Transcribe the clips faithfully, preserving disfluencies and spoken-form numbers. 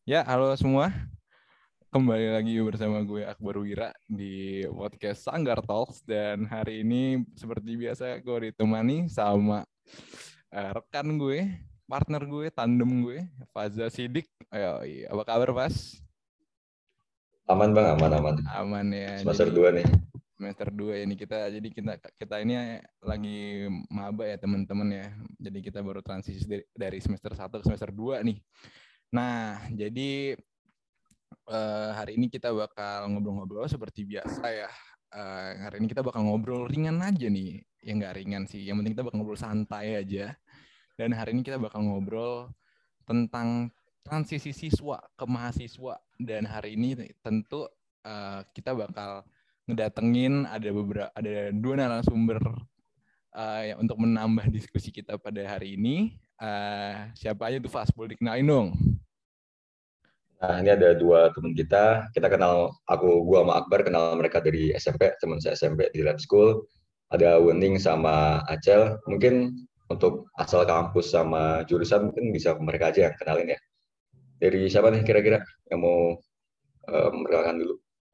Ya, halo semua. Kembali lagi bersama gue Akbar Wira di podcast Sanggar Talks. Dan hari ini seperti biasa gue ditemani sama eh, rekan gue, partner gue, tandem gue, Faza Sidik. Ayo, iya. Apa kabar, Faz? Aman bang, aman aman. Aman ya. Semester Jadi dua nih. semester dua ini kita jadi kita kita ini lagi maba ya teman-teman ya. Jadi kita baru transisi dari, dari semester satu ke semester dua nih. Nah, jadi uh, hari ini kita bakal ngobrol-ngobrol seperti biasa ya. Uh, hari ini kita bakal ngobrol ringan aja nih. Ya nggak ringan sih, yang penting kita bakal ngobrol santai aja. Dan hari ini kita bakal ngobrol tentang transisi siswa ke mahasiswa. Dan hari ini tentu uh, kita bakal ngedatengin ada beberapa ada dua narasumber uh, ya, untuk menambah diskusi kita pada hari ini. Uh, siapa aja tuh, Fas? Boleh dikenalin dong. Nah ini ada dua teman kita. Kita kenal, aku gua sama Akbar kenal mereka dari S M P, teman saya S M P di lab school. Ada Wening sama Acel. Mungkin untuk asal kampus sama jurusan mungkin bisa mereka aja yang kenalin ya. Dari siapa nih kira-kira yang mau uh, memperkenalkan dulu?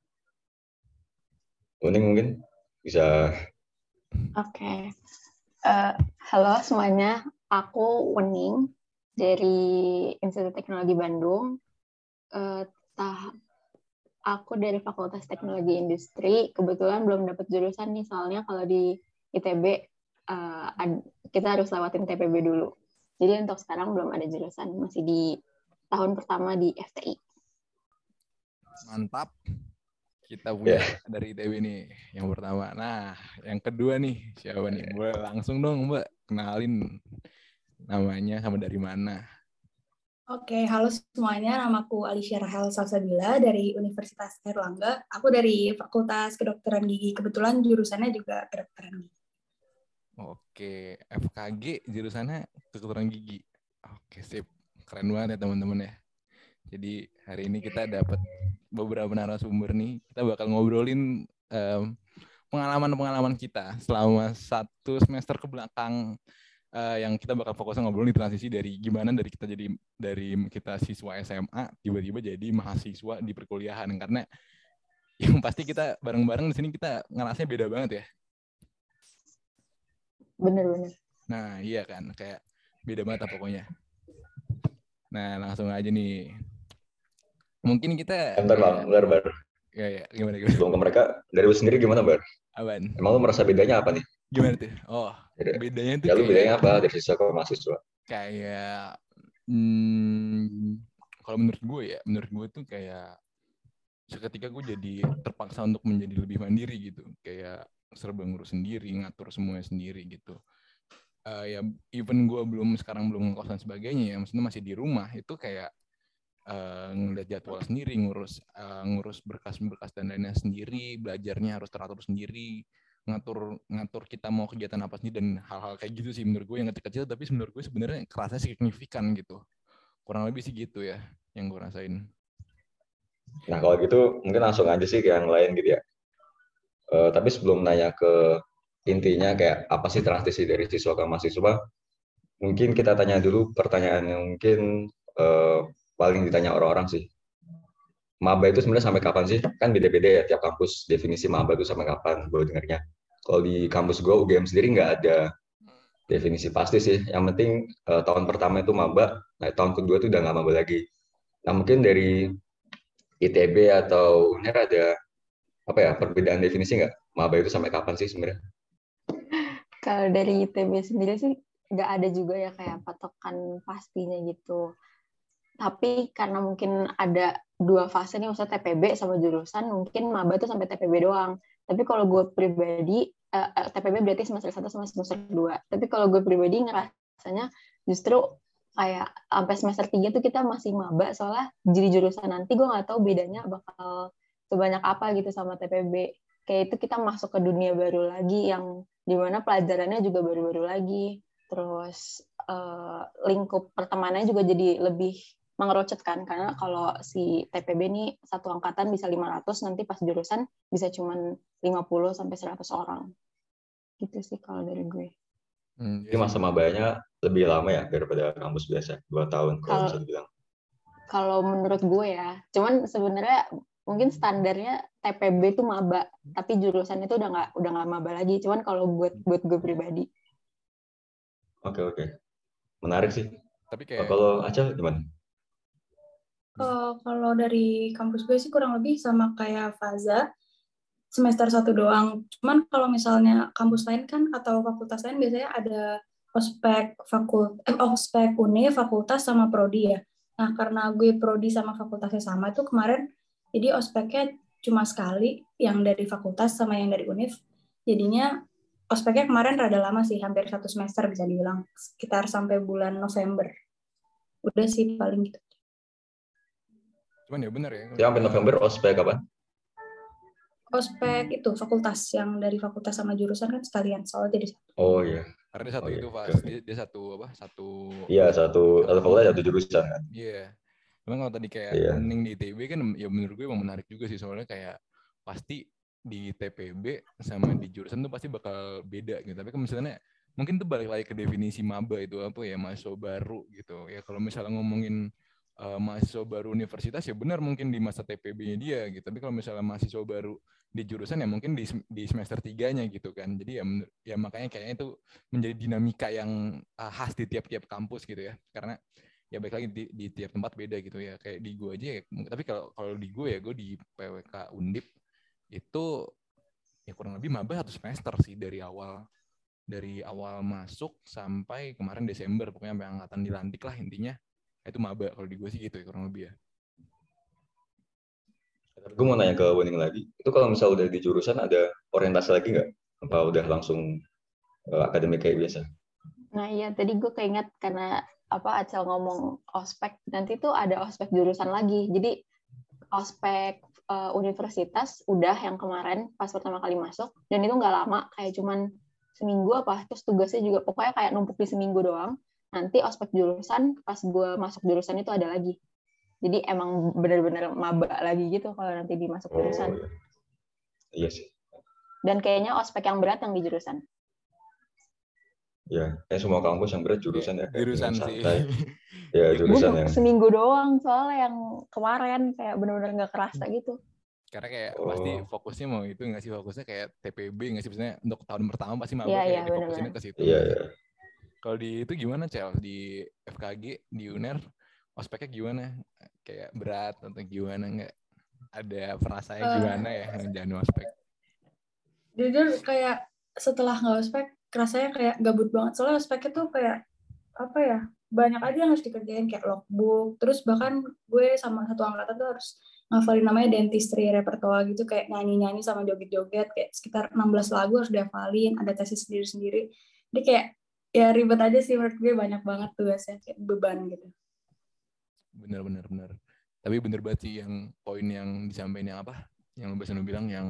Wening mungkin bisa. Oke, okay. uh, halo semuanya. Aku Wening dari Institut Teknologi Bandung. Uh, tah, aku dari Fakultas Teknologi Industri. Kebetulan belum dapat jurusan nih, soalnya kalau di I T B uh, ad, kita harus lewatin T P B dulu. Jadi untuk sekarang belum ada jurusan, masih di tahun pertama di F T I. Mantap. Kita punya Yeah. dari I T B nih yang pertama. Nah, yang kedua nih siapa nih? Boleh langsung dong Mbak kenalin namanya sama dari mana? Oke, halo semuanya. Namaku Alicia Rahel Salsabila dari Universitas Airlangga. Aku dari Fakultas Kedokteran Gigi. Kebetulan jurusannya juga kedokteran gigi. Oke, F K G jurusannya kedokteran gigi. Oke, sip. Keren banget ya teman-teman ya. Jadi hari ini kita dapat beberapa narasumber nih. Kita bakal ngobrolin um, pengalaman-pengalaman kita selama satu semester ke belakang. Uh, yang kita bakal fokusnya ngobrol di transisi dari gimana dari kita jadi dari kita siswa S M A tiba-tiba jadi mahasiswa di perkuliahan, karena yang pasti kita bareng-bareng di sini kita ngerasanya beda banget ya. Bener-bener. Nah iya kan, kayak beda banget pokoknya. Nah langsung aja nih. Mungkin kita. Bentar bang, bentar bar. Ya ya gimana gimana. Sebelum ke mereka, dari lu sendiri gimana bar? Apaan? Emang lu merasa bedanya apa nih? Gimana tuh? Oh, bedanya tuh ya, kayak... lu bedanya apa dari siswa ke mahasiswa? Kayak, hmm, kalau menurut gue ya, menurut gue tuh kayak seketika gue jadi terpaksa untuk menjadi lebih mandiri gitu. Kayak serba ngurus sendiri, ngatur semuanya sendiri gitu. Uh, ya, even gue belum sekarang belum ngekos dan sebagainya ya, maksudnya masih di rumah, itu kayak uh, ngeliat jadwal sendiri, ngurus uh, ngurus berkas-berkas dan lainnya sendiri, belajarnya harus teratur sendiri, ngatur ngatur kita mau kegiatan apa sendiri dan hal-hal kayak gitu sih menurut gue yang kecil-kecil tapi menurut gue sebenarnya kerasa signifikan gitu, kurang lebih sih gitu ya yang gue rasain. Nah kalau gitu mungkin langsung aja sih ke yang lain gitu ya. Uh, tapi sebelum nanya ke intinya kayak apa sih transisi dari siswa ke mahasiswa, mungkin kita tanya dulu pertanyaan yang mungkin uh, paling ditanya orang-orang sih. Maba itu sebenarnya sampai kapan sih? Kan beda-beda ya tiap kampus definisi maba itu sampai kapan gue dengarnya. Kalau di kampus gue U G M sendiri nggak ada definisi pasti sih. Yang penting uh, tahun pertama itu maba, nah tahun kedua itu udah nggak maba lagi. Nah mungkin dari I T B atau U N E R ada apa ya perbedaan definisi nggak? Maba itu sampai kapan sih sebenarnya? Kalau dari I T B sendiri sih nggak ada juga ya kayak patokan pastinya gitu. Tapi karena mungkin ada dua fase nih, maksudnya T P B sama jurusan, mungkin maba tuh sampai T P B doang. Tapi kalau gue pribadi, uh, T P B berarti semester satu sama semester dua. Tapi kalau gue pribadi ngerasanya justru kayak sampai semester tiga tuh kita masih maba, soalnya jadi jurusan nanti gue nggak tahu bedanya bakal sebanyak apa gitu sama T P B. Kayak itu kita masuk ke dunia baru lagi yang dimana pelajarannya juga baru-baru lagi. Terus uh, lingkup pertemanannya juga jadi lebih mengerucut kan, karena kalau si T P B ini satu angkatan bisa lima ratus, nanti pas jurusan bisa cuman lima puluh sampai seratus orang. Gitu sih kalau dari gue. Hmm, Jadi masa mabanya lebih lama ya daripada kampus biasa, dua tahun kalau bisa dibilang. Kalau menurut gue ya, cuman sebenarnya mungkin standarnya T P B itu maba, tapi jurusan itu udah nggak udah nggak maba lagi. Cuman kalau buat buat gue pribadi. Oke oke, menarik sih. Tapi Oh, kayak kalau Acel gimana? Uh, kalau dari kampus gue sih kurang lebih sama kayak Faza, semester satu doang. Cuman kalau misalnya kampus lain kan atau fakultas lain biasanya ada ospek fakult, eh, ospek uni, fakultas sama prodi ya. Nah karena gue prodi sama fakultasnya sama itu kemarin, jadi ospeknya cuma sekali, yang dari fakultas sama yang dari univ. Jadinya ospeknya kemarin rada lama sih, hampir satu semester bisa dibilang, sekitar sampai bulan November. Udah sih paling gitu. cuman ya benar ya. Ya sampai November ospek kapan? Ospek itu fakultas, yang dari fakultas sama jurusan kan sekalian, soalnya jadi satu. Oh iya. Karena dia satu Oh, iya. itu pas Oke, oke. dia, dia satu apa? Satu Iya satu satu fakultas satu jurusan kan. Iya. Cuman kalau tadi kayak Iya. Uning di I T B kan ya menurut gue emang menarik juga sih, soalnya kayak pasti di T P B sama di jurusan tuh pasti bakal beda gitu. Tapi kalau misalnya mungkin tuh balik lagi ke definisi maba itu apa ya, mahasiswa baru gitu. Ya kalau misalnya ngomongin uh, mahasiswa baru universitas ya benar mungkin di masa T P B-nya dia gitu. Tapi kalau misalnya mahasiswa baru di jurusan ya mungkin di, di semester tiganya gitu kan. Jadi ya ya makanya kayaknya itu menjadi dinamika yang uh, khas di tiap-tiap kampus gitu ya. Karena ya baik lagi di, di tiap tempat beda gitu ya. Kayak di gue aja ya, tapi kalau kalau di gue ya gue di P W K Undip itu ya kurang lebih maba satu semester sih dari awal dari awal masuk sampai kemarin Desember, pokoknya sampai angkatan dilantik lah intinya. Itu maba kalau di gue sih gitu ya kurang lebih ya. Gue mau nanya ke Wening lagi, itu kalau misalnya udah di jurusan ada orientasi lagi nggak? Apa udah langsung uh, akademik kayak biasa? Nah iya, tadi gue keinget karena apa Acel ngomong ospek, nanti tuh ada ospek jurusan lagi. Jadi ospek uh, universitas udah yang kemarin pas pertama kali masuk, dan itu nggak lama, kayak cuman seminggu apa, terus tugasnya juga pokoknya kayak numpuk di seminggu doang. Nanti ospek jurusan pas gue masuk jurusan itu ada lagi. Jadi emang benar-benar maba lagi gitu kalau nanti dimasuk Oh, jurusan. iya. Iya sih. Dan kayaknya ospek yang berat yang di jurusan. Ya, kayak semua kampus yang berat jurusan ya. Kayak Jurusan dengan sih. santai. Ya jurusan Gue yang. seminggu doang soalnya yang kemarin kayak benar-benar nggak kerasa gitu. Karena kayak Oh. pasti fokusnya mau itu nggak sih, fokusnya kayak T P B nggak sih, sebenarnya untuk tahun pertama pasti maba Iya, kayak iya, difokusinnya benar-benar. ke situ. Iya, iya. Kalau di itu gimana Cel, di F K G, di U N E R ospeknya gimana? Kayak berat atau gimana, nggak ada perasaannya Uh, gimana ya jangan ospek? Jujur kayak setelah nggak ospek rasanya kayak gabut banget, soalnya ospeknya tuh kayak apa ya, banyak aja yang harus dikerjain kayak logbook, terus bahkan gue sama satu angkatan tuh harus ngafalin namanya dentistry repertoire gitu, kayak nyanyi-nyanyi sama joget-joget kayak sekitar enam belas lagu harus dihafalin, ada tesis sendiri-sendiri. Jadi kayak ya ribet aja sih menurut gue, banyak banget tugasnya, kayak beban gitu. Bener-bener bener. Tapi bener banget sih yang poin yang disampaikan yang apa? Yang lu barusan bilang yang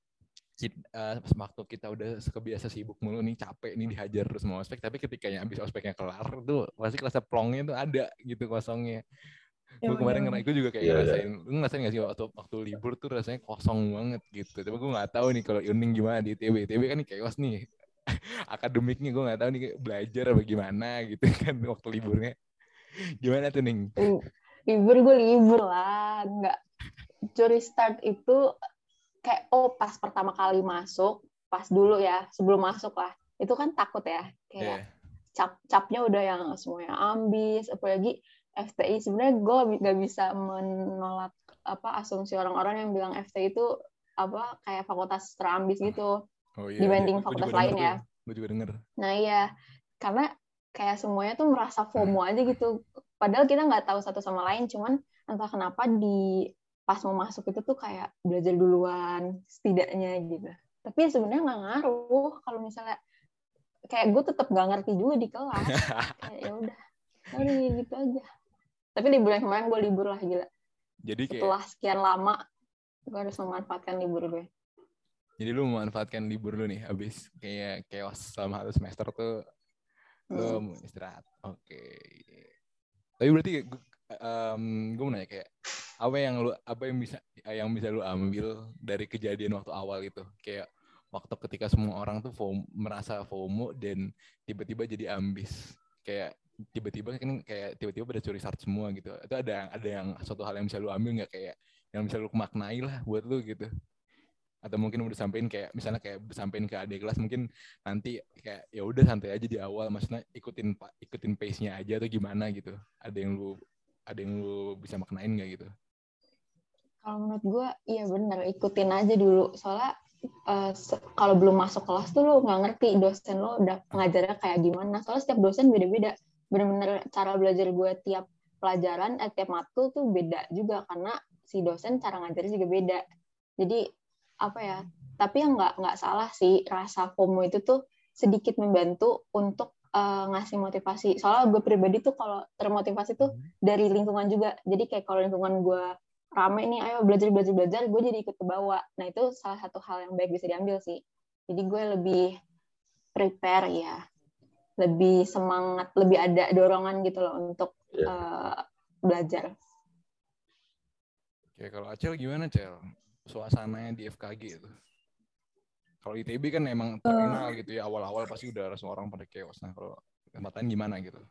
uh, waktu kita udah kebiasa sibuk mulu nih, capek nih dihajar terus mau ospek, tapi ketika yang habis ospeknya kelar tuh pasti kerasa plongnya tuh ada gitu kosongnya. Ya, gue kemarin ngerasain, gue juga kayak yeah, ngerasain, yeah. lu ngerasain gak sih waktu waktu libur tuh rasanya kosong banget gitu. Tapi gue nggak tahu nih kalau Uning gimana di I T B. I T B kan nih chaos nih akademiknya, gue nggak tahu nih belajar apa gimana gitu kan waktu liburnya. Gimana tuh Ning? Libur gue libur lah, nggak. Curi start itu kayak oh pas pertama kali masuk, pas dulu ya sebelum masuk lah, itu kan takut ya kayak yeah. cap capnya udah yang semuanya ambis, apalagi F T I. Sebenarnya gue nggak bisa menolak apa asumsi orang-orang yang bilang F T I itu apa kayak fakultas terambis gitu oh, iya, dibanding iya. fakultas lain ya. Gue juga denger. Nah iya, karena kayak semuanya tuh merasa FOMO aja gitu. Padahal kita nggak tahu satu sama lain, cuman entah kenapa di pas mau masuk itu tuh kayak belajar duluan setidaknya gitu. Tapi sebenarnya nggak ngaruh kalau misalnya kayak gue tetap nggak ngerti juga di kelas. Kayak ya udah, udah gitu aja. Tapi libur yang kemarin gue libur lah gila. Jadi kayak setelah sekian lama gue harus memanfaatkan libur gue. Jadi lu memanfaatkan libur lu nih habis kayak chaos selama satu semester tuh lu hmm. istirahat. Oke. Okay. Tapi berarti um, gue mau nanya kayak apa yang lu apa yang bisa yang bisa lu ambil dari kejadian waktu awal itu, kayak waktu ketika semua orang tuh FOMO, merasa FOMO dan tiba-tiba jadi ambis. Kayak tiba-tiba kan kayak tiba-tiba pada curi start semua gitu. Itu ada ada yang suatu hal yang bisa lu ambil nggak, kayak yang bisa lu maknai lah buat lu gitu. Atau mungkin udah sampein kayak misalnya kayak udah sampein ke adik kelas, mungkin nanti kayak ya udah santai aja di awal, maksudnya ikutin ikutin pace-nya aja atau gimana gitu. Ada yang lu ada yang lu bisa maknain nggak gitu? Kalau menurut gue, iya bener, ikutin aja dulu. Soalnya uh, se- kalau belum masuk kelas tuh lo nggak ngerti dosen lo udah ngajarnya kayak gimana. Soalnya setiap dosen beda-beda. Bener-bener cara belajar gue tiap pelajaran, eh, tiap matkul tuh beda juga. Karena si dosen cara ngajarnya juga beda. Jadi apa ya, tapi yang nggak nggak salah sih, rasa FOMO itu tuh sedikit membantu untuk uh, ngasih motivasi. Soalnya gue pribadi tuh kalau termotivasi tuh dari lingkungan juga. Jadi kayak kalau lingkungan gue rame nih, ayo belajar belajar belajar, gue jadi ikut ke bawah. Nah itu salah satu hal yang baik bisa diambil sih. Jadi gue lebih prepare ya, lebih semangat, lebih ada dorongan gitu loh untuk Iya. uh, belajar. Oke, kalau Acel gimana, Cel? Suasananya di F K G itu. Kalau I T B kan emang terkenal gitu ya, awal-awal pasti udah semua orang pada chaos. Nah, kalau tempat lain gimana gitu?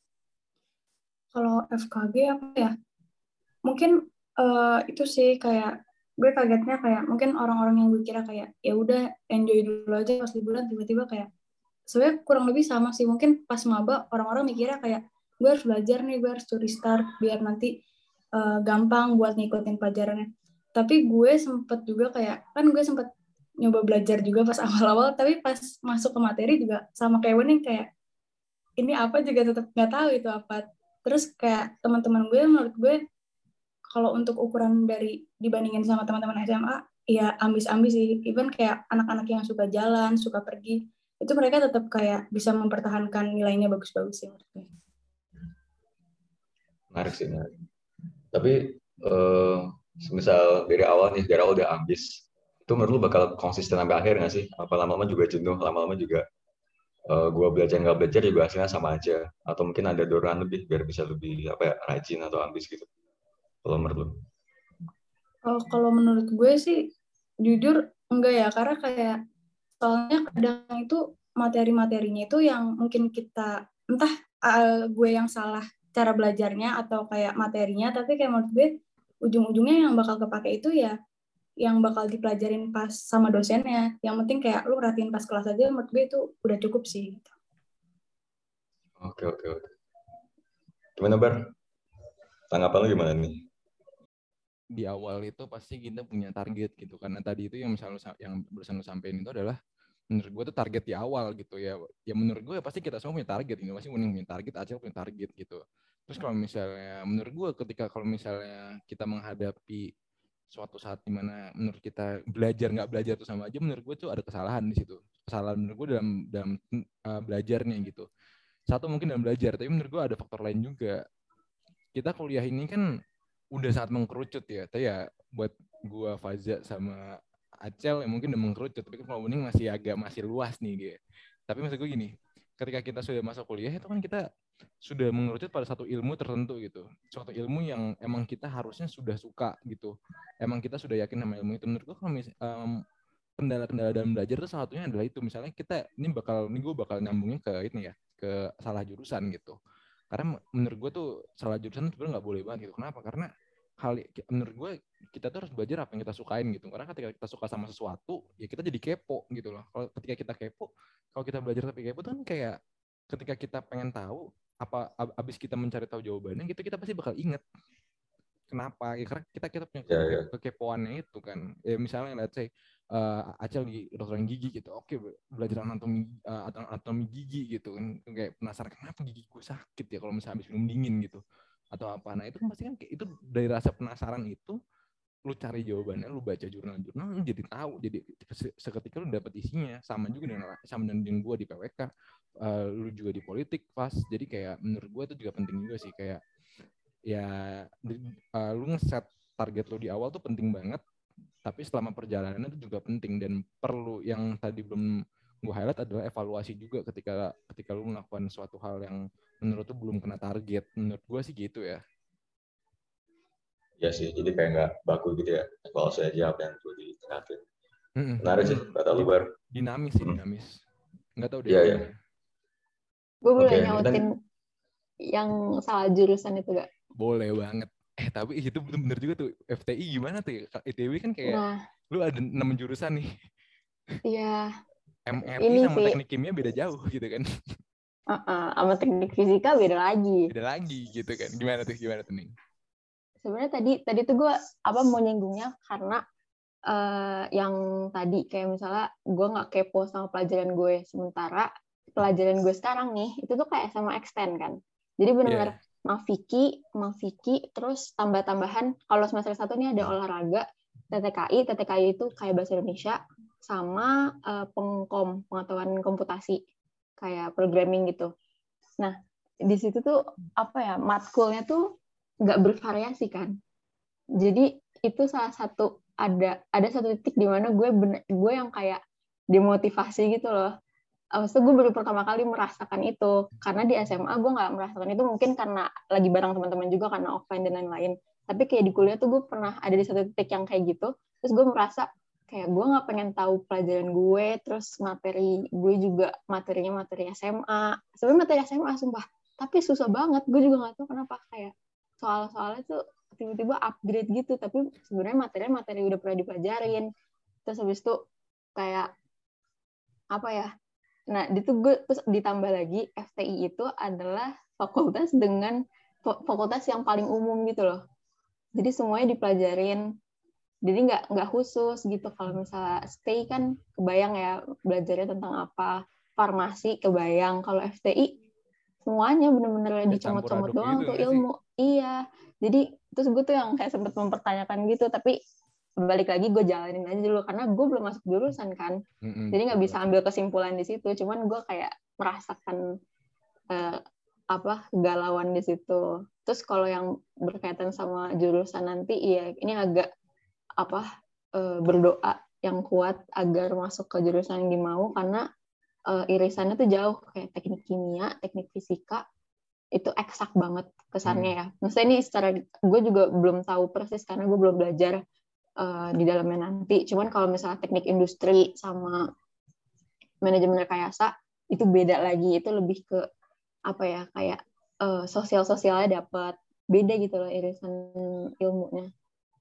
Kalau F K G apa ya? Mungkin uh, itu sih kayak gue kagetnya kayak mungkin orang-orang yang gue kira kayak ya udah enjoy dulu aja pas liburan, tiba-tiba kayak sebenarnya kurang lebih sama sih. Mungkin pas maba orang-orang mikirnya kayak gue harus belajar nih, gue harus to restart biar nanti uh, gampang buat ngikutin pelajarannya. Tapi gue sempet juga kayak, kan gue sempet nyoba belajar juga pas awal-awal, tapi pas masuk ke materi juga sama kayak Wening, kayak ini apa juga tetap nggak tahu itu apa. Terus kayak teman-teman gue, menurut gue kalau untuk ukuran dari dibandingin sama teman-teman S M A, ya ambis-ambis sih. Even kayak anak-anak yang suka jalan, suka pergi, itu mereka tetap kayak bisa mempertahankan nilainya bagus-bagus sih menurut gue. Menarik sih, menarik. Tapi eh, misal dari awal nih, dari awal udah ambis, itu menurut lu bakal konsisten sampai akhir nggak sih? Apa lama-lama juga jenuh, lama-lama juga uh, gue belajar nggak belajar juga hasilnya sama aja? Atau mungkin ada dorongan lebih biar bisa lebih apa ya, rajin atau ambis gitu? Kalau menurut lu? Oh, kalau menurut gue sih jujur enggak ya, karena kayak soalnya kadang itu materi-materinya itu yang mungkin kita entah uh, gue yang salah cara belajarnya atau kayak materinya, tapi kayak menurut gue ujung-ujungnya yang bakal kepake itu ya yang bakal dipelajarin pas sama dosennya. Yang penting kayak lu perhatiin pas kelas aja, menurut gue itu udah cukup sih. Oke, oke, oke. Gimana, Bar? Tanggapan lu gimana nih? Di awal itu pasti kita punya target gitu, karena tadi itu yang misalnya yang barusan lu sampein itu adalah menurut gue tuh target di awal gitu ya. Ya menurut gue pasti kita semua punya target gitu, pasti Uning punya target, Acel punya target gitu. Terus kalau misalnya menurut gue ketika kalau misalnya kita menghadapi suatu saat dimana menurut kita belajar nggak belajar itu sama aja, menurut gue tuh ada kesalahan di situ. Kesalahan menurut gue dalam dalam uh, belajarnya gitu. Satu mungkin dalam belajar, tapi menurut gue ada faktor lain juga. Kita kuliah ini kan udah sangat mengkerucut ya. Tapi ya buat gua, Faza sama Acel yang mungkin udah mengkerucut, tapi kalau Uning masih agak masih luas nih gitu. Tapi maksud gue gini, ketika kita sudah masuk kuliah itu kan kita sudah mengerucut pada satu ilmu tertentu gitu. Suatu ilmu yang emang kita harusnya sudah suka gitu. Emang kita sudah yakin sama ilmu itu. Menurut gue kalau mis- um, kendala-kendala dalam belajar itu salah satunya adalah itu. Misalnya kita ini bakal ini gue bakal nyambungnya ke ini ya, ke salah jurusan gitu. Karena menurut gue tuh salah jurusan itu sebenarnya nggak boleh banget gitu. Kenapa? Karena hal menurut gue kita tuh harus belajar apa yang kita sukain gitu. Karena ketika kita suka sama sesuatu, ya kita jadi kepo gitu loh. Kalau ketika kita kepo, kalau kita belajar tapi kepo tuh kan kayak ketika kita pengen tahu apa abis kita mencari tahu jawabannya gitu, kita pasti bakal inget kenapa ya, karena kita kita punya Ya, ya. kekepoannya itu kan. Ya misalnya let's say uh, Acel di kedokteran gigi gitu, oke belajar anatomi uh, anatomi gigi gitu kan, kayak penasaran kenapa gigi gue sakit ya kalau misalnya habis minum dingin gitu atau apa. Nah itu kan pasti kan kayak itu dari rasa penasaran itu lu cari jawabannya, lu baca jurnal-jurnal, lu jadi tahu, jadi seketika lu dapat isinya. Sama juga dengan sama dengan gue di P W K, uh, lu juga di politik pas. Jadi kayak menurut gue itu juga penting juga sih, kayak ya uh, lu nge-set target lu di awal tuh penting banget, tapi selama perjalanan itu juga penting. Dan perlu yang tadi belum gue highlight adalah evaluasi juga ketika ketika lu melakukan suatu hal yang menurut lu belum kena target. Menurut gue sih gitu ya. Ya sih, jadi kayak nggak baku gitu ya. Kalau saya aja apa yang perlu ditingkatin. Mm-mm. Menarik sih, kata lu, Bar. Dinamis sih, dinamis. Nggak tahu deh Iya, gimana. iya. Gue boleh Oke, nyautin mungkin yang salah jurusan itu gak? Boleh banget. Eh tapi itu bener-bener juga tuh F T I gimana tuh ya? I T B kan kayak Nah, lu ada enam jurusan nih. iya. M R I Ini sama sih, teknik kimia beda jauh gitu kan. uh-uh, sama teknik fisika beda lagi. Beda lagi gitu kan. Gimana tuh? Gimana tuh nih? Sebenarnya tadi tadi tuh gue apa mau nyinggungnya karena uh, yang tadi kayak misalnya gue nggak kepo sama pelajaran gue, sementara pelajaran gue sekarang nih itu tuh kayak sama extend kan. Jadi benar-benar Yeah. Mafiki, Mafiki, terus tambah-tambahan kalau semester satu nih ada olahraga, T T K I, T T K I itu kayak bahasa Indonesia sama uh, pengkom, pengetahuan komputasi kayak programming gitu. Nah, di situ tuh apa ya, matkulnya tuh nggak bervariasi kan. Jadi itu salah satu ada ada satu titik di mana gue bener, gue yang kayak demotivasi gitu loh. Maksudnya gue baru pertama kali merasakan itu karena di S M A gue nggak merasakan itu, mungkin karena lagi bareng teman-teman juga karena offline dan lain-lain. Tapi kayak di kuliah tuh gue pernah ada di satu titik yang kayak gitu. Terus gue merasa kayak gue nggak pengen tahu pelajaran gue, terus materi gue juga materinya materi S M A. Sebenarnya materi S M A sumpah, tapi susah banget. Gue juga nggak tahu kenapa kayak soal-soalnya tuh tiba-tiba upgrade gitu, tapi sebenarnya materinya materi udah pernah dipelajarin. Terus habis itu kayak apa ya? Nah, itu gue terus ditambah lagi F T I itu adalah fakultas dengan fakultas yang paling umum gitu loh. Jadi semuanya dipelajarin. Jadi nggak nggak khusus gitu. Kalau misalnya stay kan kebayang ya belajarnya tentang apa. Farmasi kebayang. Kalau F T I semuanya bener-bener Ya, dicomot-comot campur aduk doang gitu tuh nggak sih? ilmu. Iya. Jadi terus gue tuh yang kayak sempet mempertanyakan gitu. Tapi balik lagi gue jalanin aja dulu karena gue belum masuk jurusan kan. Mm-mm, Jadi nggak betul, bisa betul. ambil kesimpulan di situ. Cuman gue kayak merasakan eh, apa kegalauan di situ. Terus kalau yang berkaitan sama jurusan nanti, iya ini agak apa eh, berdoa yang kuat agar masuk ke jurusan yang dimau karena eh, irisannya tuh jauh kayak teknik kimia, teknik fisika itu eksak banget kesannya Hmm. ya. Maksudnya ini secara gue juga belum tahu persis karena gue belum belajar uh, di dalamnya nanti. Cuman kalau misalnya teknik industri sama manajemen rekayasa itu beda lagi. Itu lebih ke apa ya kayak uh, sosial-sosialnya dapat beda gitu loh irisan ilmunya.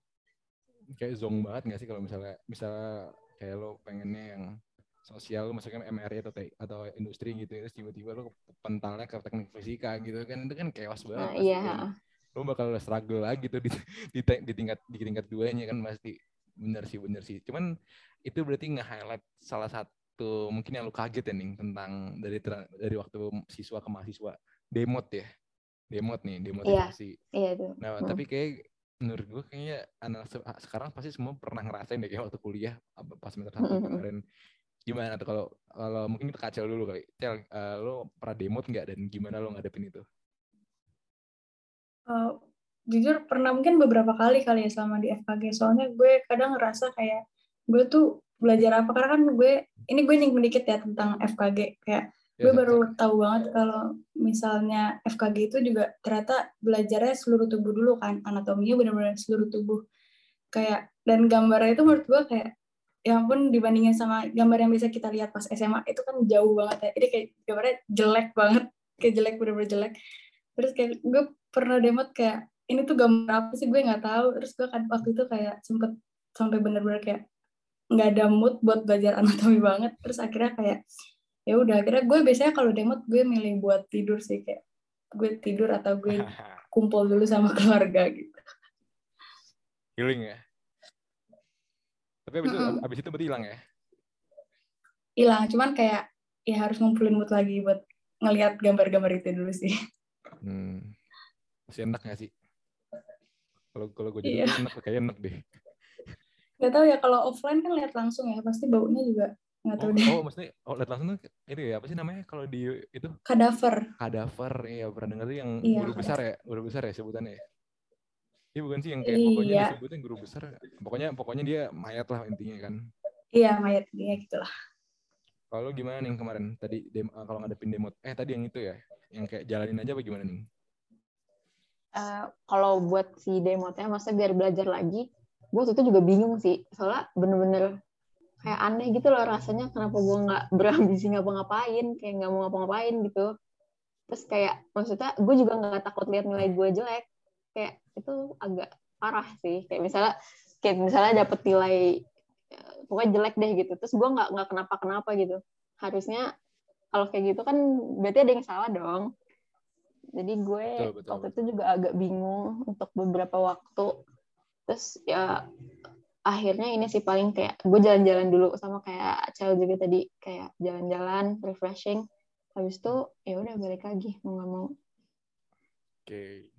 Kayak zong banget nggak sih kalau misalnya misalnya kayak lo pengennya yang sosial, masuknya M R I atau te- atau industri gitu, terus tiba-tiba lo pentalnya ke teknik fisika gitu kan, itu kan chaos banget Nah, pasti iya. kan. Lo bakal struggle lagi tuh di, di, di tingkat di tingkat duanya kan pasti. Bener sih, bener sih. Cuman itu berarti nge-highlight salah satu mungkin yang lo kaget ya nih tentang dari dari waktu siswa ke mahasiswa, demot ya. Demot nih, demotivasi. Iya, iya itu. Nah, Hmm. tapi kayak menurut gue kayaknya anak sekarang pasti semua pernah ngerasain deh kayak waktu kuliah pas semester satu kemarin. Gimana tuh kalau kalau mungkin kita kacau dulu kali. Cel, uh, lo pernah demot nggak dan gimana lo ngadepin itu? Uh, jujur pernah mungkin beberapa kali kali ya selama di F K G. Soalnya gue kadang ngerasa kayak gue tuh belajar apa, karena kan gue ini gue nyinggung dikit ya tentang F K G. Kayak Ya, gue sama, baru sama. tahu banget kalau misalnya F K G itu juga ternyata belajarnya seluruh tubuh dulu kan, anatominya benar-benar seluruh tubuh. Kayak dan gambarnya itu menurut gue kayak ya ampun dibandingin sama gambar yang bisa kita lihat pas S M A itu kan jauh banget ya. Ini kayak gambarnya jelek banget, kayak jelek bener-bener jelek. Terus kayak gue pernah demot kayak ini tuh gambar apa sih, gue nggak tahu. Terus gue kan waktu itu kayak sempet sampai bener-bener kayak nggak ada mood buat belajar anatomi banget. Terus akhirnya kayak ya udah, akhirnya gue biasanya kalau demot gue milih buat tidur sih, kayak gue tidur atau gue kumpul dulu sama keluarga gitu. Healing ya. Tapi abis itu abis itu berarti hilang ya? Hilang, cuman kayak ya harus ngumpulin mood lagi buat ngelihat gambar-gambar itu dulu sih. Hmm. Masih enak nggak sih? Kalau kalau gue jadi Iya. gue enak, kayak enak deh. Nggak tahu ya, kalau offline kan lihat langsung ya, pasti baunya juga nggak tahu Oh, deh. oh maksudnya oh, lihat langsung tuh itu ya apa sih namanya kalau di itu? Kadaver. Kadaver, iya pernah dengar tuh yang Iya, guru besar kadaver. ya, guru besar ya sebutannya ya. Iya bukan sih yang kayak pokoknya Iya, disebutnya guru besar. Pokoknya pokoknya dia mayat lah intinya kan. iya mayat dia gitulah. Kalau gimana nih kemarin tadi dem, kalau ngadepin demot? Eh tadi yang itu ya, yang kayak jalanin aja apa gimana nih? Uh, kalau buat si demotnya, masa biar belajar lagi, gue waktu itu juga bingung sih, soalnya bener-bener kayak aneh gitu loh rasanya, kenapa gue nggak berambisi ngapa-ngapain, kayak nggak mau ngapa-ngapain gitu. Terus kayak maksudnya gue juga nggak takut lihat nilai gue jelek, kayak itu agak parah sih. Kayak misalnya kayak misalnya dapet nilai pokoknya jelek deh gitu, terus gue nggak nggak kenapa-kenapa gitu. Harusnya kalau kayak gitu kan berarti ada yang salah dong. Jadi gue Betul, betul, waktu betul. itu juga agak bingung untuk beberapa waktu. Terus ya akhirnya ini sih paling kayak gue jalan-jalan dulu sama kayak Acel juga tadi, kayak jalan-jalan refreshing. Habis itu ya udah balik lagi mau nggak mau. Oke.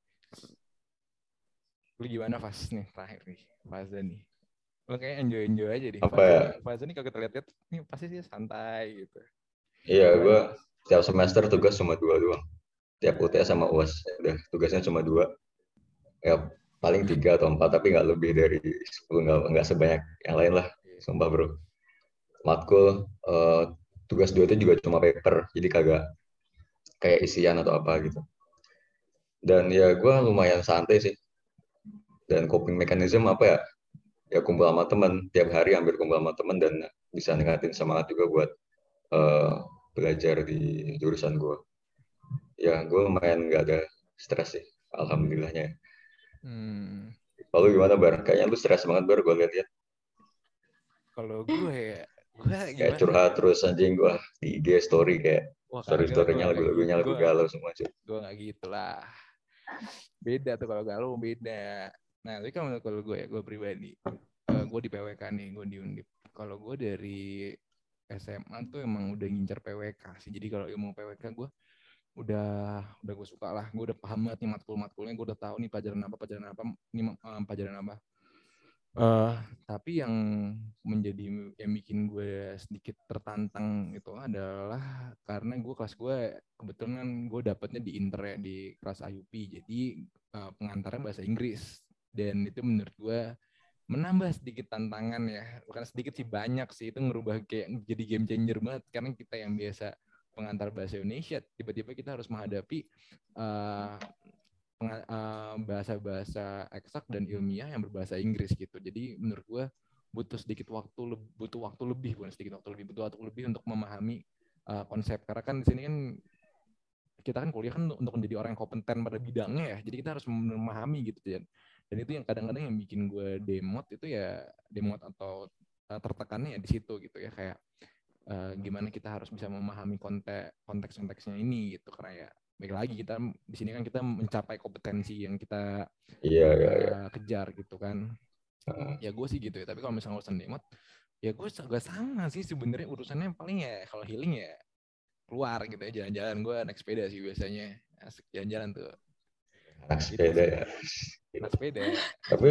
Lu gimana Fas nih terakhir nih, Faza nih? Lu kayak enjoy-enjoy aja deh. Apa Faza ya? nih, Faza nih kalau kita lihat-lihat nih pasti sih santai gitu. Iya, Gimana, gue Fas? setiap semester tugas cuma dua doang. Tiap U T S sama U A S, udah tugasnya cuma dua. Ya paling tiga atau empat, tapi nggak lebih dari sepuluh, nggak nggak sebanyak yang lain lah. Sumpah bro. Matkul eh, tugas dua itu juga cuma paper, jadi kagak kayak isian atau apa gitu. Dan ya gue lumayan santai sih. Dan coping mechanism apa ya? Ya kumpul sama teman, tiap hari hampir kumpul sama teman dan bisa ningkatin semangat juga buat eh, belajar di jurusan gue. Ya gue lumayan nggak ada stres sih, alhamdulillahnya. Hmm. Lalu gimana Bar? Kayaknya lu stres banget Bar, gue lihat-lihat. Kalau gue ya, gue Kayak gimana curhat ya? terus anjing gue di I G story kayak Wah kagak, gue story-storynya nggak gitu, lagu-lagunya lagu gue galau semua cuy. gue nggak gitu lah. Beda tuh kalau galau beda. Nah, tapi kalau kalau gue ya, gue pribadi, uh, gue di P W K nih, gue di Undip. Kalau gue dari S M A tuh emang udah ngincer P W K sih. Jadi kalau ilmu P W K gue udah udah gue suka lah. Gue udah paham banget nih matkul-matkulnya. Gue udah tahu nih pelajaran apa, pelajaran apa, ini uh, pelajaran apa. Uh, tapi yang menjadi yang bikin gue sedikit tertantang itu adalah karena gue kelas gue kebetulan gue dapetnya di inter ya, di kelas I U P, jadi uh, pengantarnya bahasa Inggris, dan itu menurut gue menambah sedikit tantangan ya, bukan sedikit sih, banyak sih, itu ngerubah kayak jadi game changer banget karena kita yang biasa pengantar bahasa Indonesia tiba-tiba kita harus menghadapi uh, bahasa-bahasa eksak dan ilmiah yang berbahasa Inggris gitu. Jadi menurut gue butuh sedikit waktu, butuh waktu lebih, bukan sedikit waktu lebih, butuh waktu lebih untuk memahami uh, konsep. Karena kan di sini kan kita kan kuliah kan untuk menjadi orang yang kompeten pada bidangnya ya. Jadi kita harus memahami gitu ya. Dan itu yang kadang-kadang yang bikin gue demot itu ya, demot atau uh, tertekannya ya di situ gitu ya, kayak uh, gimana kita harus bisa memahami konteks konteks-konteksnya ini gitu, karena ya baik lagi kita di sini kan kita mencapai kompetensi yang kita iya, iya, iya. uh, kejar gitu kan. Uh. Ya gue sih gitu ya. Tapi kalau misalnya urusan demot, ya gue agak sama sih sebenarnya urusannya. Paling ya kalau healing ya keluar gitu ya, jalan-jalan. Gue naik sepeda sih biasanya, asik jalan-jalan tuh. Naik sepeda gitu ya. Naik sepeda. Tapi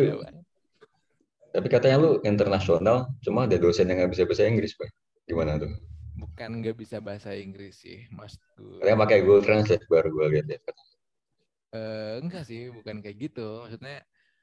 tapi katanya lu internasional, cuma ada dosen yang nggak bisa bahasa Inggris, Pak. Gimana tuh? Bukan nggak bisa bahasa Inggris sih, mas gue. Katanya pakai Google Translate baru gue lihat ya. Uh, enggak sih, bukan kayak gitu. Maksudnya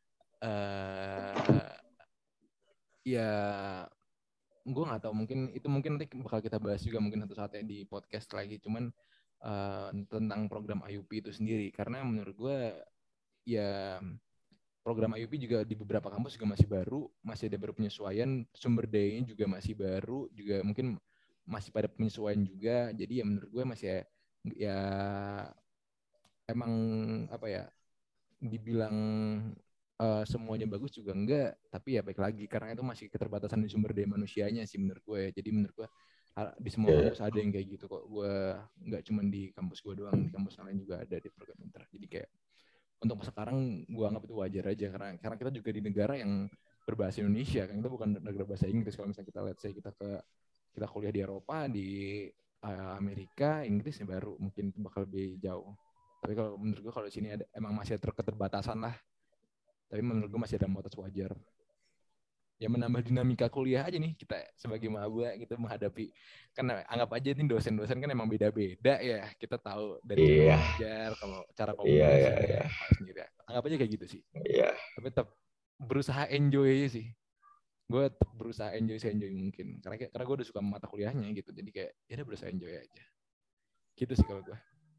uh, ya gue nggak tahu, mungkin itu mungkin nanti bakal kita bahas juga mungkin satu saatnya di podcast lagi. Cuman uh, tentang program I U P itu sendiri, karena menurut gue ya program I U P juga di beberapa kampus juga masih baru, masih ada baru penyesuaian, sumber dayanya juga masih baru, juga mungkin masih pada penyesuaian juga. Jadi ya menurut gue masih ya, ya emang apa ya, dibilang uh, semuanya bagus juga enggak, tapi ya baik lagi karena itu masih keterbatasan di sumber daya manusianya sih menurut gue ya. Jadi menurut gue di semua kampus ada yang kayak gitu kok. Gue nggak cuma di kampus gue doang, di kampus lain juga ada di program inter. Jadi kayak untuk sekarang gue anggap itu wajar aja, karena karena kita juga di negara yang berbahasa Indonesia kan, kita bukan negara bahasa Inggris. Kalau misalnya kita lihat saya kita ke kita kuliah di Eropa, di uh, Amerika, Inggris ya baru mungkin bakal lebih jauh. Tapi kalau menurut gue kalau di sini ada emang masih ada keterbatasan lah. Tapi menurut gue masih ada batas wajar. Ya menambah dinamika kuliah aja nih kita sebagai maba gitu menghadapi, karena anggap aja nih dosen-dosen kan emang beda-beda ya. Kita tahu dari cara iya. belajar, kalau cara komunikasi iya, iya, iya. sendiri. Anggap aja kayak gitu sih. Iya. Tapi tetap berusaha enjoy aja sih. Gue tetap berusaha enjoy se-enjoy mungkin. Karena karena gue udah suka mata kuliahnya gitu. Jadi kayak ya udah berusaha enjoy aja. Gitu sih kalau gue.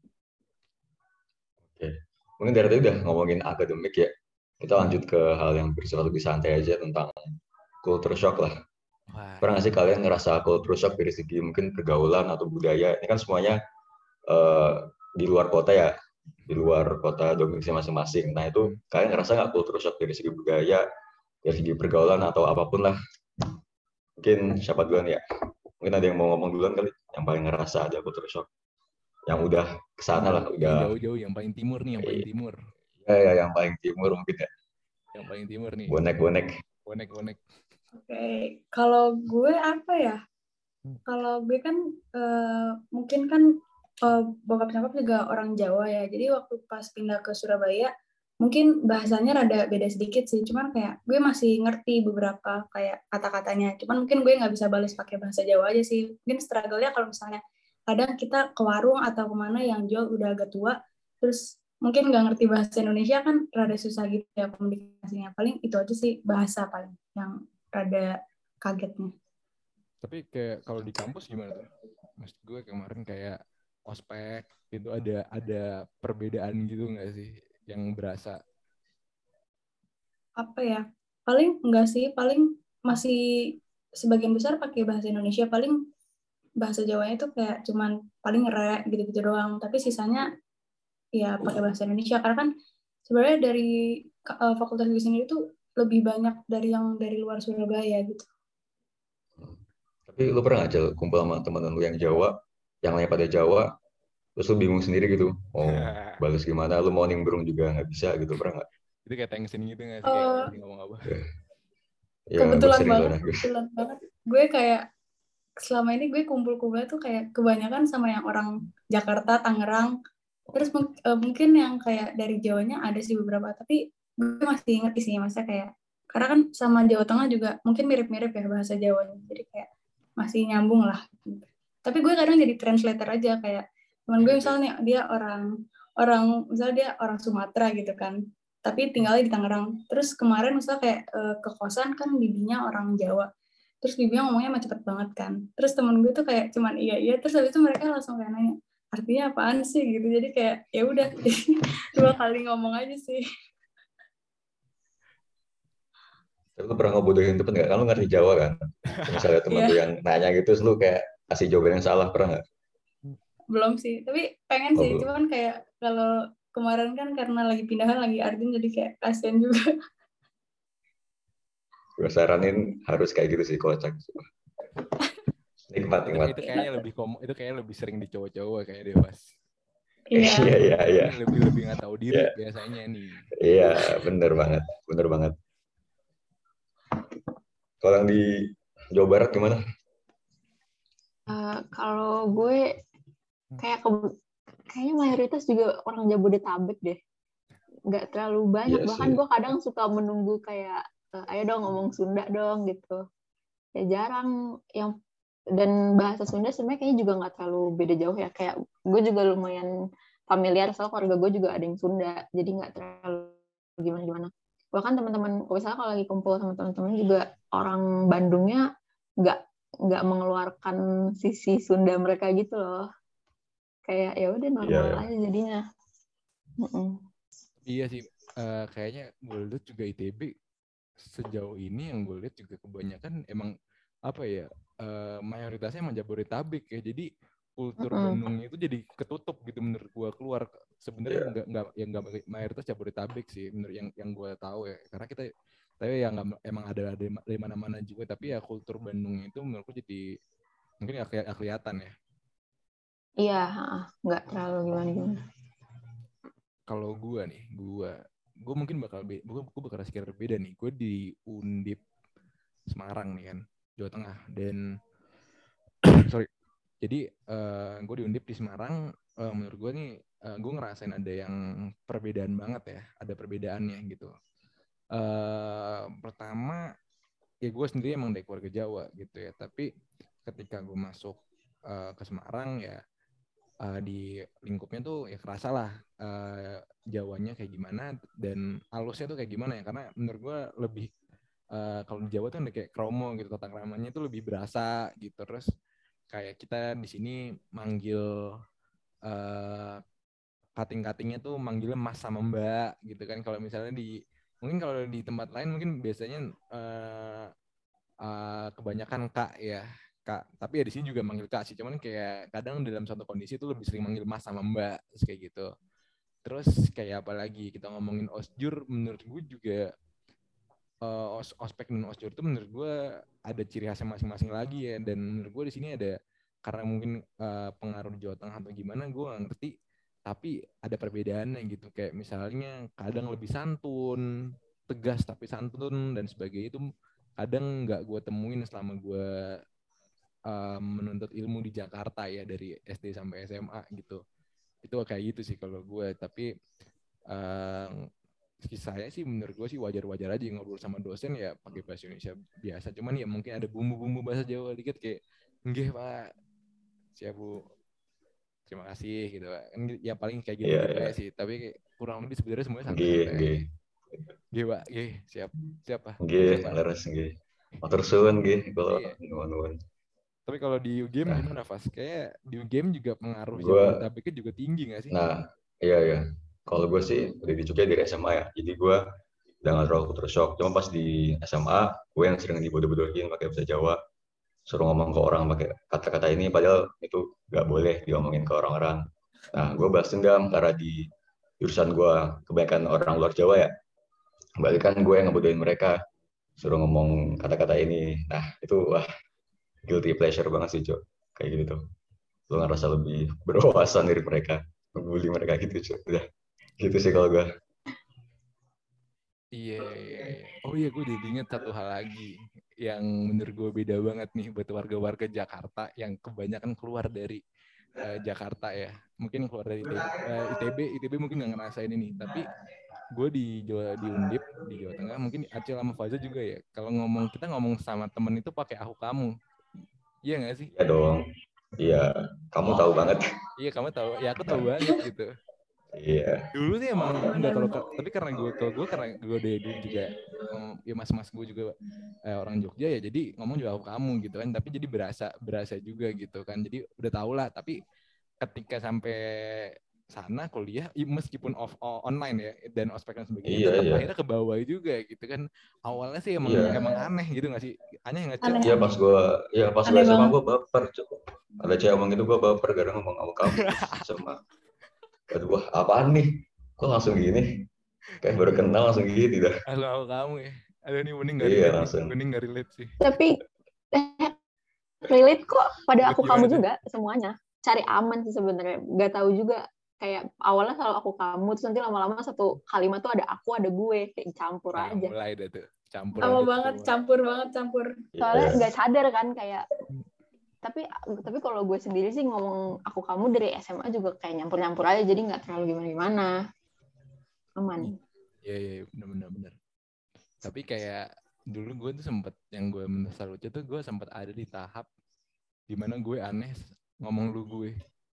Oke. Mungkin dari tadi udah ngomongin akademik ya. Kita lanjut ke hal yang bersifat lebih santai aja tentang culture shock lah. Wah. Pernah nggak sih kalian ngerasa culture shock dari segi mungkin pergaulan atau budaya? Ini kan semuanya uh, di luar kota ya, di luar kota domisili masing-masing. Nah itu Hmm. kalian ngerasa nggak culture shock dari segi budaya, dari segi pergaulan atau apapun lah? Mungkin siapa duluan ya? Mungkin ada yang mau ngomong duluan kali, yang paling ngerasa ada culture shock, yang udah kesana lah, Jauh, yang udah jauh-jauh, yang paling timur nih, yang paling timur. ya, ya yang paling timur mungkin ya. Yang paling timur nih. Bonek-bonek. Bonek-bonek. Oke, okay. Kalau gue apa ya? Kalau gue kan uh, mungkin kan uh, bokap nyokap juga orang Jawa ya. Jadi waktu pas pindah ke Surabaya, mungkin bahasanya rada beda sedikit sih. Cuman kayak gue masih ngerti beberapa kayak kata-katanya. Cuman mungkin gue nggak bisa balas pakai bahasa Jawa aja sih. Mungkin struggle-nya kalau misalnya kadang kita ke warung atau kemana yang jual udah agak tua, terus mungkin nggak ngerti bahasa Indonesia kan rada susah gitu ya komunikasinya. Paling itu aja sih bahasa paling yang rada kagetnya. Tapi kayak kalau di kampus gimana tuh? Maksud gue kemarin kayak ospek itu ada ada perbedaan gitu nggak sih yang berasa? Apa ya? Paling enggak sih, paling masih sebagian besar pakai bahasa Indonesia. Paling bahasa Jawanya itu kayak cuman paling re gitu-gitu doang. Tapi sisanya ya pakai bahasa Indonesia. Karena kan sebenarnya dari uh, fakultas gue sendiri tuh lebih banyak dari yang dari luar Surabaya gitu. Tapi lu pernah nggak Cel, kumpul sama teman-teman lu yang Jawa, yang lain pada Jawa, terus lu bingung sendiri gitu, oh balas gimana, lu mau nimbrung juga nggak bisa gitu, pernah nggak? Itu kayak tension gitu nggak sih? Uh, kayak ngomong apa? Ya, kebetulan gue banget, soalnya. kebetulan banget. Gue kayak selama ini gue kumpul-kumpul tuh kayak kebanyakan sama yang orang Jakarta, Tangerang. Terus uh, mungkin yang kayak dari Jawanya ada sih beberapa, tapi gue masih inget sih masa kayak karena kan sama Jawa Tengah juga mungkin mirip-mirip ya bahasa Jawanya. Jadi kayak masih nyambung lah. Tapi gue kadang jadi translator aja kayak teman gue misalnya dia orang orang misalnya dia orang Sumatera gitu kan. Tapi tinggalnya di Tangerang. Terus kemarin misalnya kayak uh, ke kosan kan bibinya orang Jawa. Terus bibinya ngomongnya mah cepet banget kan. Terus temen gue tuh kayak cuman iya iya. Terus habis itu mereka langsung kayak nanya artinya apaan sih gitu. Jadi kayak ya udah dua kali ngomong aja sih. Tapi lu pernah ngebodohin temen nggak? Kan lu ngerti Jawa kan? Misalnya temen lu yang nanya gitu, terus lu kayak kasih jawaban yang salah, pernah nggak? Belum sih. Tapi pengen Oh, sih. belum. Cuman kayak kalau kemarin kan karena lagi pindahan lagi Arjun jadi kayak kasian juga. Gue saranin harus kayak gitu sih, kocak. Nikmat, nikmat. Itu kayaknya lebih komo, itu kayaknya lebih sering di cowok-cowok kayak deh pas. Iya. Iya, iya, iya. Ini lebih lebih nggak tahu diri yeah. biasanya nih. Iya, bener banget, bener banget. Kalau yang di Jawa Barat gimana? Uh, kalau gue kayak ke, kayaknya mayoritas juga orang Jabodetabek deh. Nggak terlalu banyak. Yes, Bahkan yes. gue kadang suka menunggu kayak, ayo dong ngomong Sunda dong gitu. Ya jarang yang dan bahasa Sunda sebenarnya kayaknya juga nggak terlalu beda jauh ya. Kayak gue juga lumayan familiar soal keluarga gue juga ada yang Sunda, jadi nggak terlalu gimana-gimana. Bahkan teman-teman, misalnya kalau lagi kumpul sama teman-teman juga orang Bandungnya nggak nggak mengeluarkan sisi Sunda mereka gitu loh. Kayak ya udah normal Iya, aja jadinya. Mm-mm. Iya sih, uh, kayaknya gue lihat juga I T B sejauh ini yang gue lihat juga kebanyakan emang apa ya uh, mayoritasnya emang Jabodetabek ya. Jadi kultur Mm-mm. Bandung itu jadi ketutup gitu menurut gue keluar. Sebenarnya yeah. nggak nggak yang nggak mayoritas Jabodetabek sih menurut yang yang gue tahu ya. Karena kita tapi ya nggak emang ada ada di mana-mana juga. Tapi ya kultur Bandung itu menurutku jadi mungkin ya kayak kelihatan ya. Iya, nggak terlalu gimana-gimana. Kalau gue nih, gue gue mungkin bakal be- gue, gue bakal sekira beda nih. Gue di Undip Semarang nih kan, Jawa Tengah. Dan sorry, jadi uh, gue di Undip di Semarang. Uh, menurut gue nih, uh, gue ngerasain ada yang perbedaan banget ya, ada perbedaannya gitu. Uh, pertama, ya gue sendiri emang dari keluarga Jawa gitu ya. Tapi ketika gue masuk uh, ke Semarang ya. Uh, di lingkupnya tuh ya kerasa lah uh, Jawanya kayak gimana dan halusnya tuh kayak gimana ya, karena menurut gue lebih uh, kalau di Jawa tuh udah kayak kromo gitu, tata keramanya tuh lebih berasa gitu. Terus kayak kita di sini manggil uh, kating-katingnya tuh manggilnya mas sama mbak gitu kan. Kalau misalnya di mungkin kalau di tempat lain mungkin biasanya uh, uh, kebanyakan kak ya Kak, tapi ya di sini juga manggil Kak sih, cuman kayak kadang dalam satu kondisi tuh lebih sering manggil Mas sama Mbak, terus kayak gitu. Terus kayak apa lagi, kita ngomongin osjur, menurut gue juga uh, os ospek dan osjur itu menurut gue ada ciri khasnya masing-masing lagi ya, dan menurut gue di sini ada, karena mungkin uh, pengaruh di Jawa Tengah atau gimana, gue nggak ngerti, tapi ada perbedaannya gitu, kayak misalnya kadang lebih santun, tegas tapi santun dan sebagainya, itu kadang nggak gue temuin selama gue uh, menuntut ilmu di Jakarta ya, dari S D sampai S M A gitu. Itu kayak gitu sih kalau gue. Tapi uh, saya sih menurut gue sih wajar-wajar aja ngobrol sama dosen ya pakai bahasa Indonesia biasa. Cuman ya mungkin ada bumbu-bumbu bahasa Jawa dikit kayak nggih Pak, siap Bu, terima kasih gitu Pak. Ya paling kayak gitu-gitu yeah, yeah. ya sih. Tapi kayak kurang lebih sebenarnya semuanya santai-santai. Nggih, nggih Pak, nggih siap. Siap Pak. Nggih, leres nggih. Matur suwun nggih kalau nuwun-nuwun. Tapi kalau di game nah, gimana Fas? Kayak di game juga pengaruh gua, Jabodetabeknya juga tinggi nggak sih? Nah, iya ya. Kalau gue sih udah di Jogja dari S M A ya. Jadi gue udah nggak terlalu culture shock. Cuma pas di S M A, gue yang sering dibodoh-bodohin pakai bahasa Jawa. Suruh ngomong ke orang pakai kata-kata ini, padahal itu nggak boleh diomongin ke orang-orang. Nah, gue balas dendam karena di jurusan gue kebanyakan orang luar Jawa ya. Balikan gue yang ngebodohin mereka. Suruh ngomong kata-kata ini. Nah, itu wah, guilty pleasure banget sih, Cok. Kayak gitu tuh. Lo ngerasa lebih berwawasan dari mereka. Ngebully mereka gitu, Cok. Udah. Gitu sih kalau gue. Iya, iya, iya. Oh iya, gue jadi inget satu hal lagi yang menurut gue beda banget nih buat warga-warga Jakarta yang kebanyakan keluar dari uh, Jakarta ya. Mungkin keluar dari I T B, uh, I T B, I T B mungkin nggak ngerasain ini. Tapi gue di Jawa, di Undip, di Jawa Tengah, mungkin Acil sama Faza juga ya. Kalau ngomong, kita ngomong sama temen itu pakai aku kamu. Iya nggak sih? Iya dong. Iya, kamu tahu banget. Iya, kamu tahu. Ya aku tahu banget gitu. Iya. Dulu sih emang enggak kalau, tapi karena gue kalau gue karena gue dari dulu juga um, ya mas-mas gue juga eh, orang Jogja ya, jadi ngomong juga aku kamu gitu kan, tapi jadi berasa berasa juga gitu kan, jadi udah tau lah. Tapi ketika sampai sana kuliah, meskipun off online ya dan ospek dan sebagainya, Iya, tetap iya. akhirnya ke bawah juga gitu kan. Awalnya sih emang Iya. emang aneh gitu nggak sih? Aneh nggak sih? Iya pas gue, ya pas gue S M A gue baper. Coba. Ada cewek ngomong gitu gue baper gara ngomong aku kamu sama. Aduh, wah apaan nih? Kok langsung gini? Kayak baru kenal langsung gitu dah. Halo aku kamu ya. Aduh ini mending nggak Iya, relate, langsung. mending nggak relate sih. Tapi relate kok pada aku kamu juga semuanya. Cari aman sih sebenarnya. Gak tahu juga, kayak awalnya selalu aku kamu, terus nanti lama-lama satu kalimat tuh ada aku ada gue, kayak campur nah, aja. Mulai dah tuh campur. Sama banget, campur banget, campur. Soalnya nggak yeah. sadar kan kayak. Tapi tapi kalau gue sendiri sih ngomong aku kamu dari S M A juga kayak nyampur-nyampur aja, jadi nggak terlalu gimana-gimana. Aman. Iya iya benar-benar benar. Tapi kayak dulu gue tuh sempet, yang gue merasa lucu tuh gue sempet ada di tahap dimana gue aneh ngomong lu gue.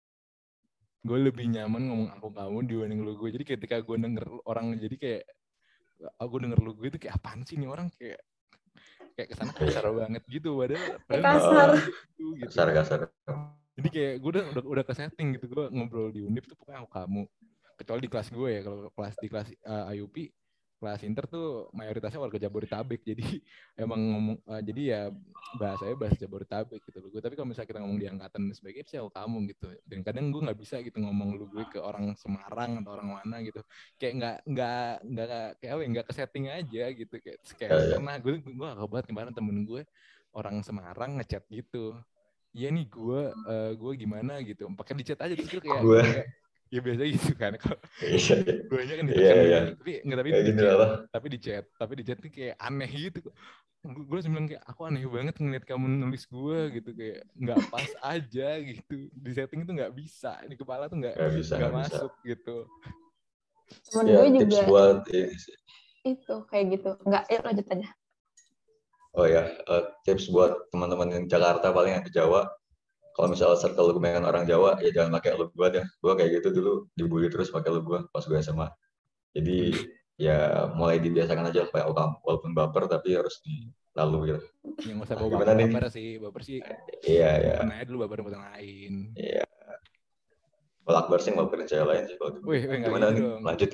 Gue lebih nyaman ngomong aku kamu dibanding lu gue. Jadi ketika gue denger orang jadi kayak aku denger lu gue itu kayak apaan sih nih orang, kayak kayak kesana kasar banget gitu, padahal, padahal kasar gitu, gitu. kasar kasar. Jadi kayak gue udah udah, udah ke setting gitu, gue ngobrol di Undip tuh pokoknya aku kamu. Kecuali di kelas gue ya, kalau kelas di kelas uh, I U P, kelas inter tuh mayoritasnya warga Jabodetabek, jadi emang ngomong uh, jadi ya bahasanya bahasa Jabodetabek gitu loh gue. Tapi kalau misalnya kita ngomong di angkatan dan sebagainya sih aku kamu gitu, dan kadang gue nggak bisa gitu ngomong lu gue ke orang Semarang atau orang mana gitu, kayak nggak nggak nggak kayak apa ya, nggak ke setting aja gitu. Kayak kayak ya, pernah ya. gue gue gak banget kemarin temen gue orang Semarang ngechat gitu, iya nih gue uh, gue gimana gitu, pakai di chat aja gitu kayak gue ya biasa gitu kan, kalau gue nya kan ditekan yeah, yeah. yeah. tapi nggak tapi kayak di gitu chat, apa? tapi di chat tapi di chat nih kayak aneh gitu. Gue langsung bilang kayak aku aneh banget ngeliat kamu nulis gue gitu, kayak nggak pas aja gitu, di setting itu nggak bisa, di kepala tuh nggak nggak masuk bisa. Gitu. Temen ya, gue juga tips buat itu kayak gitu, nggak, yuk lanjut aja. Oh ya, uh, tips buat teman-teman yang Jakarta paling yang ke Jawa. Kalau misalnya circle kebanyakan orang Jawa, ya jangan pakai lu gua deh. Gua kayak gitu dulu dibully terus pakai lu gua pas gue S M A. Jadi ya mulai dibiasakan aja kayak oh, walaupun baper tapi harus dilalui gitu. Yang nggak usah bawa baper, baper sih, baper sih. Iya iya. Pernah dulu baper buat yang lain. Iya. Kalau Akbar sih baperin cewek lain sih kalau. Wih, wih gimana gitu nih? Dong. Lanjut.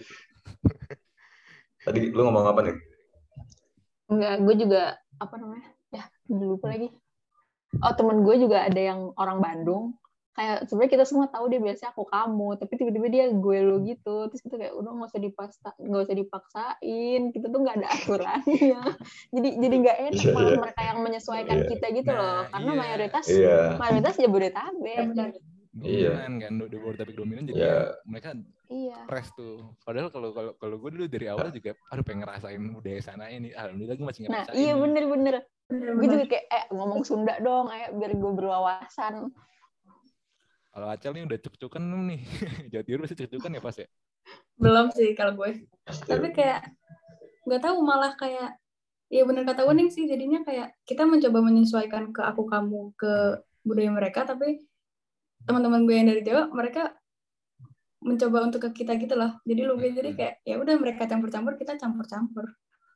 Tadi lu ngomong apa nih? Enggak, gue juga apa namanya? Ya, lupa lagi. oh temen gue juga ada yang orang Bandung, kayak sebenarnya kita semua tahu dia biasanya aku kamu, tapi tiba-tiba dia gue lu gitu, terus kita kayak udah nggak usah dipaksa, nggak usah dipaksain, kita tuh nggak ada aturannya, jadi jadi nggak enak Iya, malah iya. mereka yang menyesuaikan Iya. kita gitu Nah, loh, karena iya. mayoritas Iya. mayoritas Jabodetabek. Benar. Dominan kan, do- Jabodetabek dominan jadi Iya. mereka Iya. press tuh. Padahal kalau kalau kalau gue dulu dari awal juga aduh pengen ngerasain budaya sana ini. Alhamdulillah gue masih Nah ngerasain. iya nih. bener-bener, gue Benar-benar. juga kayak eh ngomong Sunda dong, eh biar gue berwawasan. Kalau Acel nih udah cuk-cukan nih. Jawa Timur masih cuk-cukan ya pas ya? Belum sih kalau gue. Pasti. Tapi kayak nggak tahu malah kayak ya benar kata Wening sih, jadinya kayak kita mencoba menyesuaikan ke aku kamu ke budaya mereka, tapi teman-teman gue yang dari Jawa mereka mencoba untuk ke kita gitu loh, jadi lu jadi kayak ya udah mereka campur-campur, kita campur-campur.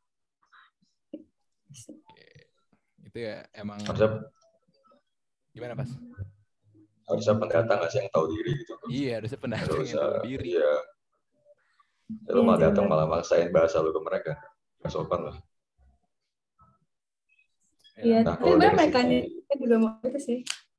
Itu ya emang Harusnya, gimana pas? harusnya pendatang nggak sih yang tahu diri gitu. Iya, harusnya Nggak pendatang yang usah, tahu diri. iya. Ya, lu Iya, malah datang benar. malah maksain bahasa lu ke mereka. Nggak sopan lah. Iya, Nah, tapi kalau sebenarnya dari mereka segi- juga mau itu sih.